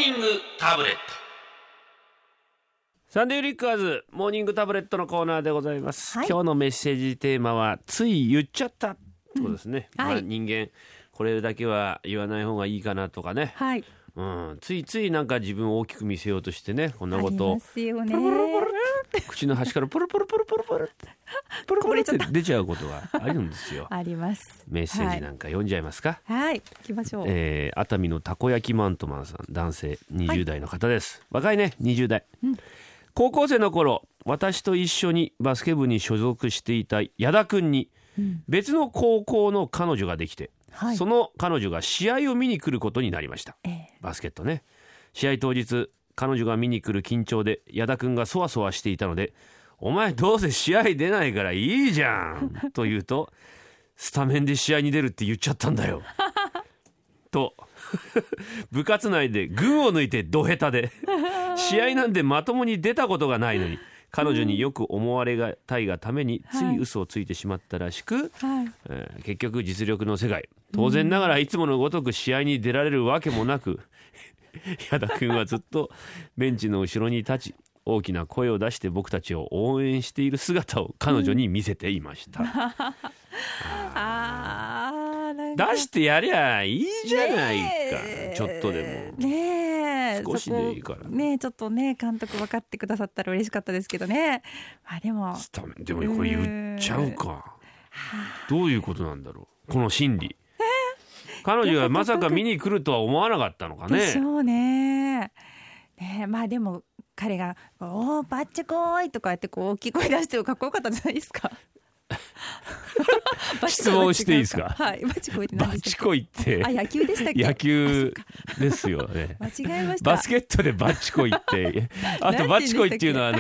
ニングタブレット。サンデーリッカーズモーニングタブレットのコーナーでございます、今日のメッセージテーマはつい言っちゃったってことですね、人間これだけは言わない方がいいかなとかね、ついついなんか自分を大きく見せようとしてね、こんなことをますよね。 口の端からポロポロポロポロポロポロポロって出ちゃうことがあるんですよ。 あります。 メッセージなんか読んじゃいますか。 行きましょう。 熱海のたこ焼きマントマンさん、男性20代の方です、若いね、20代、高校生の頃、私と一緒にバスケ部に所属していた矢田くんに別の高校の彼女ができて、その彼女が試合を見に来ることになりました、バスケットね。試合当日、彼女が見に来る緊張で矢田くんがそわそわしていたので、お前どうせ試合出ないからいいじゃんと言うと、スタメンで試合に出るって言っちゃったんだよと部活内で群を抜いてド下手で試合なんてまともに出たことがないのに、彼女によく思われたいがためについ嘘をついてしまったらしく、結局実力の世界、当然ながらいつものごとく試合に出られるわけもなく、矢田くんはずっとベンチの後ろに立ち、大きな声を出して僕たちを応援している姿を彼女に見せていました、出してやりゃいいじゃないか、ちょっとでもね、少しでいいからね、ちょっとね、監督分かってくださったら嬉しかったですけどね。でもこれ言っちゃうか、どういうことなんだろう、この心理。彼女がまさか見に来るとは思わなかったのかね。 でしょうね。でも彼がおーバッチコーイとかやってこう大きい声出してかっこよかったじゃないですか。 質問していいですか。 バッチコイって何でしたっけ。 バッチコイって野球でしたっけ。 野球ですよね。 間違えました。 バスケットでバッチコイってあとバッチコイっていうのは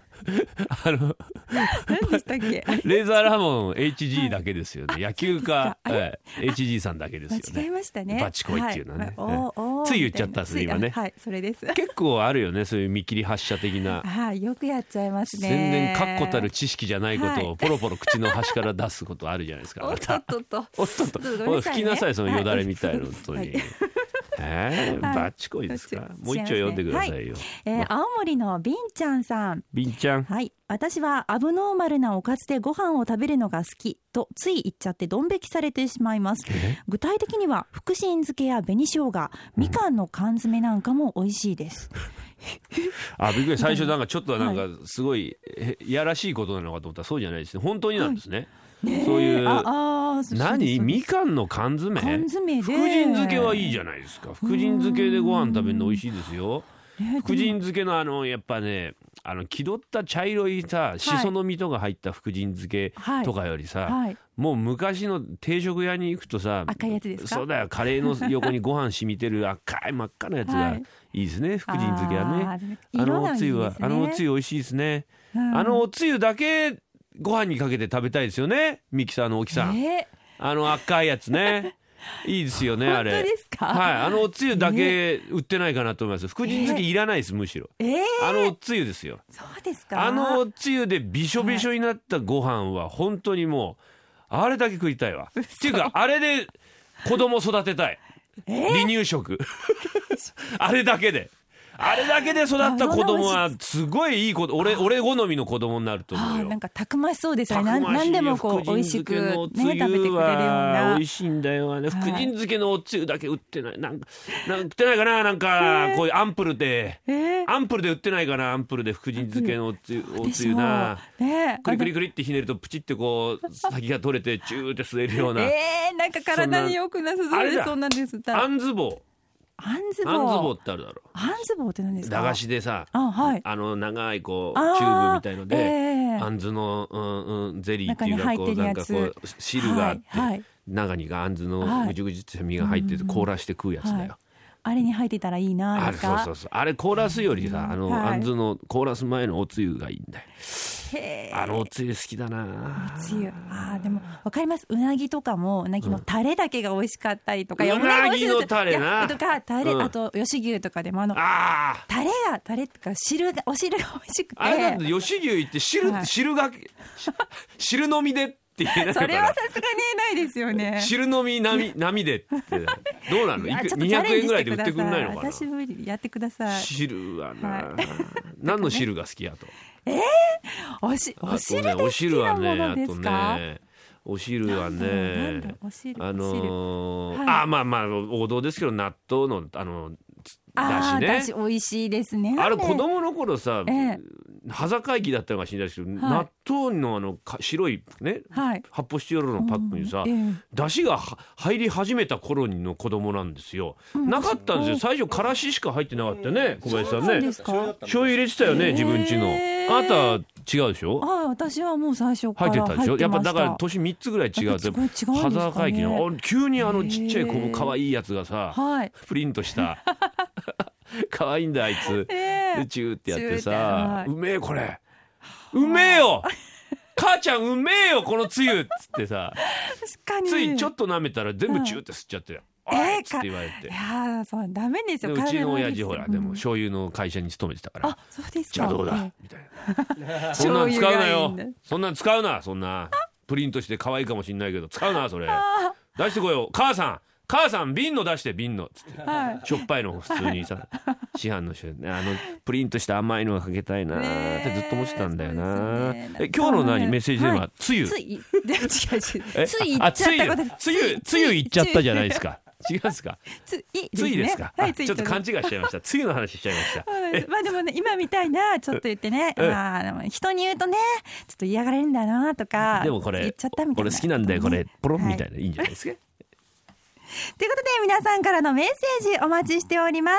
何でしたっけ。 レーザーラモン HG だけですよね、野球か、HG さんだけですよね。 間違えましたね、 バッチコイっていうのはね、つい言っちゃったんです今ね。 それです。 結構あるよね、そういう見切り発車的な、 よくやっちゃいますね。 全然確固たる知識じゃないことをポロポロ口の端から出すことあるじゃないですか。 おっとっとっと吹きなさい、そのよだれみたいな、本当に。バッチコイですか。もう一丁読んでくださいよ。 青森のビンちゃんさん。 ビンちゃん、 私はアブノーマルなおかずでご飯を食べるのが好きとつい言っちゃってドン引きされてしまいます。具体的には福神漬けや紅生姜、みかんの缶詰なんかも美味しいです。 びっくり。最初なんかちょっとなんかすごいいやらしいことなのかと思ったらそうじゃないですね、本当になんですね。そういう何、みかんの缶詰、福神漬けはいいじゃないですか。福神漬けでご飯食べるの美味しいですよ。福神漬けのやっぱね、気取った茶色いさ、しその実とか入った福神漬けとかよりさ、もう昔の定食屋に行くとさ、 赤いやつですか。 そうだよ、カレーの横にご飯染みてる赤い真っ赤なやつがいいですね、福神漬けはね。おつゆはおつゆ美味しいですね。おつゆだけご飯にかけて食べたいですよね、ミキサーの大きさん、赤いやつねいいですよね、あれ。 本当ですか。 おつゆだけ売ってないかなと思います。福神漬けいらないです、むしろ。おつゆですよ。 そうですか。 おつゆでびしょびしょになったご飯は本当にもうあれだけ食いたいわ。っていうかあれで子供育てたい、離乳食あれだけで育った子供はすごいいい子、俺好みの子供になると思うよ。 なんかたくましそうですよね。何でもこう美味しく、食べてくれるような。 美味しいんだよ福神漬けのおつゆだけ売ってない、なんか売ってないかな、なんかこういうアンプルで売ってないかな、アンプルで福神漬けのおつゆな、クリクリクリってひねるとプチってこう先が取れてチューって吸えるような、 なんか体に良くなさそうで、そんなんです。 あんずぼうってあるだろう。 あんずぼうって何ですか。 駄菓子でさ、長いこうチューブみたいので、あんずの、ゼリーっていうかこうなんかこう汁があって、中にあんずのぐちゅぐちゅって実が入ってて凍らして食うやつだよ。 あれに入ってたらいいなですか。 そうあれ凍らすよりさ、あんずの凍らす前のおつゆがいいんだよ。おつゆ好きだな。 おつゆ、でも分かります。うなぎとかもうなぎのタレだけが美味しかったりとか、 うなぎのタレなとか、あと吉牛とかでもタレとかお汁が美味しくて、 あれだって吉牛行って汁飲みでって言えないから。 それはさすがにないですよね。 汁飲み波でってどうなの？200円ぐらいで売ってくんないのかな。 私無理、やってください。 汁はな、何の汁が好きやと。 お汁で好きなものですか？ お汁はね、 はい、 まあ王道ですけど、納豆のだしね。 だし美味しいですね。 あれ子供の頃さ、端境期だったのかもしれないですけど、納豆の白いね、発泡スチロールのパックにさ、だしが入り始めた頃の子供なんですよ。なかったんですよ。最初からししか入ってなかったよね、小林さんね。醤油入れてたよね、自分家の。あなたは違うでしょ？ 私はもう最初から入ってたでしょ。やっぱだから年3つぐらい違うと、端境期の急にちっちゃい子可愛いやつがさ、プリントした可愛いんだあいつ、チューってやってさ、うめえこれ、うめえよ母ちゃんうめえよこのつゆっつってさ、ついちょっと舐めたら全部チューって吸っちゃっておいっつって言われて。 いやそうダメですよ。 うちの親父ほらでも醤油の会社に勤めてたから、 そうですか。 じゃあどうだみたいなそんなん使うなよ、そんなん使うな、そんなプリントして可愛いかもしんないけど使うなそれ。出してこいよ母さん瓶の出して瓶のつって、しょっぱいの普通にさ市販のプリントした甘いのがかけたいなってずっと思ってたんだよな。今日のメッセージテーマはつゆ。つゆいっちゃったじゃないですか。違うんですか？ついですか？ちょっと勘違いしちゃいました。つゆの話しちゃいました。 でもね、今みたいなちょっと言ってね、人に言うとねちょっと嫌がられるんだなとか、 でもこれ言っちゃったみたいな、 これ好きなんだよこれポロンみたいな、いいんじゃないですか。 ということで皆さんからのメッセージお待ちしております。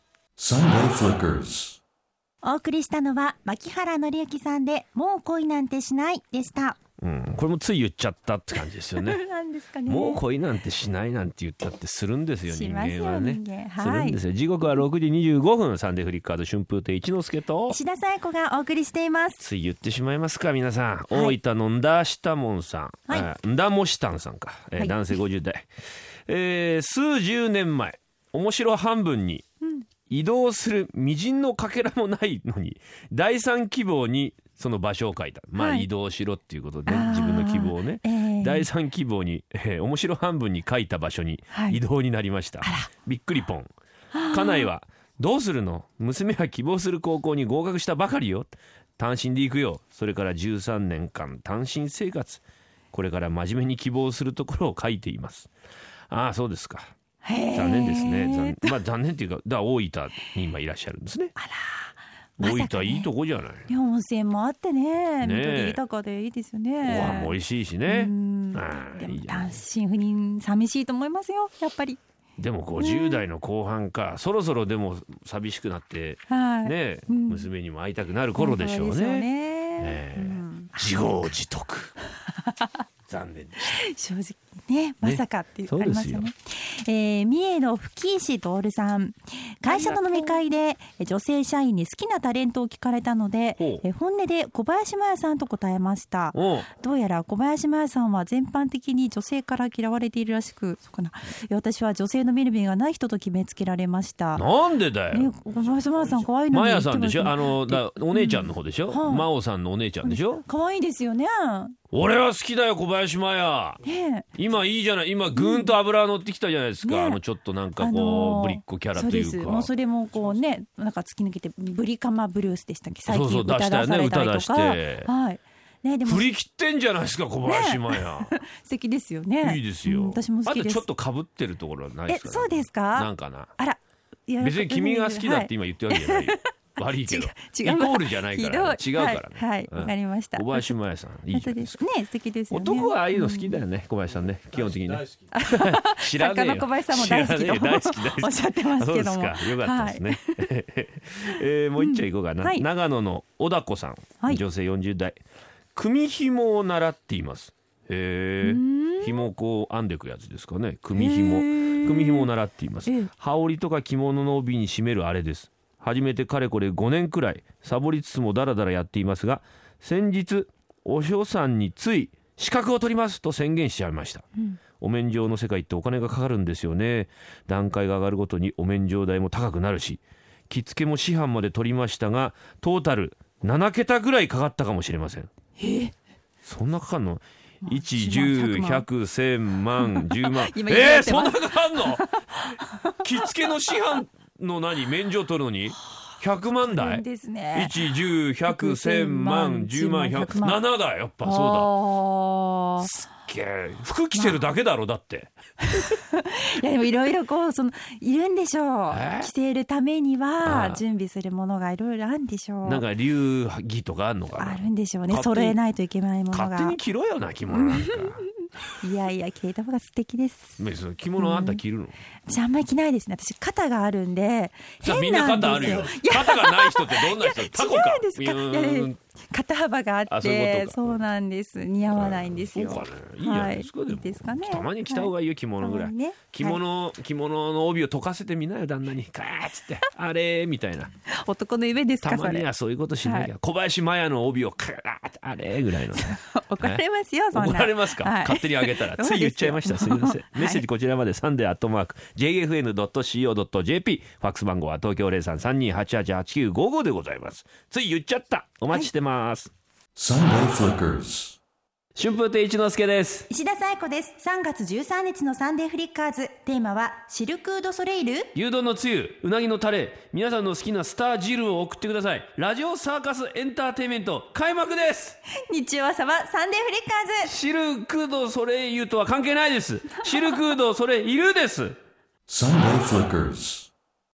Sunday Flickers。 お送りしたのは牧原紀之さんでもう恋なんてしないでした。 これもつい言っちゃったって感じですよね。 なんですかね。 もう恋なんてしないなんて言ったってするんですよ、人間はね。 するんですよ。時刻は6時25分。サンデーフリッカード春風亭一之輔と石田紗友子がお送りしています。 つい言ってしまいますか皆さん。大分のんだしたもんさん、んだもしたんさんか、男性50代、数十年前面白半分に移動する微塵のかけらもないのに第三希望にその場所を書いた。移動しろっていうことで、自分の希望をね、第三希望に、面白半分に書いた場所に移動になりました。びっくりポン。家内はどうするの？娘は希望する高校に合格したばかりよ。単身で行くよ。それから13年間単身生活。これから真面目に希望するところを書いています。そうですか。残念ですね。残念っていうか、大分に今いらっしゃるんですね。大分いいとこじゃない。 温泉もあってね、緑豊かでいいですよね。 ご飯も美味しいしね。 でも単身赴任寂しいと思いますよ、やっぱり。 でも50代の後半か、そろそろでも寂しくなってね、娘にも会いたくなる頃でしょうね。自業自得。残念でした。 正直ね、まさかっていうありますよね。三重の吹石徹さん、会社の飲み会で女性社員に好きなタレントを聞かれたので、本音で小林麻耶さんと答えました。どうやら小林麻耶さんは全般的に女性から嫌われているらしく、そうかな、私は女性の見る目がない人と決めつけられました。 なんでだよ。 小林麻耶さん可愛いのに。 麻耶さんでしょ、お姉ちゃんの方でしょ、真央さんのお姉ちゃんでしょ。 可愛いですよね。 俺は好きだよ小林麻耶。今いいじゃない。今ぐーんと油乗ってきたじゃないですか。ちょっとなんかこうぶりっ子キャラというか。そうです。 もうそれもこうね、なんか突き抜けてブリカマブルースでしたっけ、最近そう歌出されたりとか。 歌出して。 でも振り切ってんじゃないですか小林麻耶。 素敵ですよね。 いいですよ。 私も好きです。 あとちょっと被ってるところはないですか。 そうですか。 なんかな。 あら。 別に君が好きだって今言ってるわけじゃないよ。悪いけどイコールじゃないから違うからね。 はい、わかりました。 小林麻耶さんいいじゃないですか。 素敵ですよね。 男はああいうの好きだよね、小林さんね、基本的にね。知らねえよ。 作家の小林さんも大好きとおっしゃってますけども。 そうですか、よかったですね。もう一丁いこうかな。長野の小田子さん、女性40代、組紐を習っています。紐をこう編んでいくやつですかね。組紐を習っています。羽織とか着物の帯に締めるあれです。始めてかれこれ5年くらいサボりつつもダラダラやっていますが、先日お嬢さんについ資格を取りますと宣言しちゃいました。お免状の世界ってお金がかかるんですよね。段階が上がるごとにお免状代も高くなるし、着付けも師範まで取りましたがトータル7桁ぐらいかかったかもしれません。そんなかかるの？ 1、10、100、1000万、10万今言ってそんますなかかんの着付けの師範の免除取るのに100万台ですね。 1、10、100、1000万、10万、100、7だよ。やっぱそうだ。すっげえ。服着てるだけだろ、だって。 いやでもいろいろいるんでしょう。着ているためには準備するものがいろいろあるんでしょう。 なんか流儀とかあるのかな。 あるんでしょうね。揃えないといけないものが。 勝手に着ろよな、着物なんか。 いやいや、着れた方が素敵です。 着物あんた着るの？ 私あんまり着ないですね。私肩があるんで。 みんな肩あるよ。肩がない人ってどんな人？タコか。 違うんですか。肩幅があって、そうなんです。似合わないんですよ。 そうかね。いいじゃないですか。 いいですかね。 たまに着た方がいいよ、着物ぐらい。着物の帯を溶かせてみなよ、旦那に。カーッつってあれみたいな。 男の夢ですか？ たまにはそういうことしなきゃ。小林麻也の帯をカーッあれぐらいの。 怒られますよ、そんな。 怒られますか？勝手にあげたらつい言っちゃいました。すみません。メッセージこちらまでsunday@jfn.co.jp、 ファックス番号は東京0332888955でございます。つい言っちゃった。お待ちしてます。 Sunday Flickers。 春風亭一之輔です。 石田紗友子です。3月13日のサンデーフリッカーズ、テーマはシルクードソレイル、 牛丼のつゆ、うなぎのタレ、皆さんの好きなスター汁を送ってください。ラジオサーカスエンターテイメント開幕です。 日曜朝はサンデーフリッカーズ。 シルクードソレイユとは関係ないです。シルクードソレイルです。 Sunday Flickers。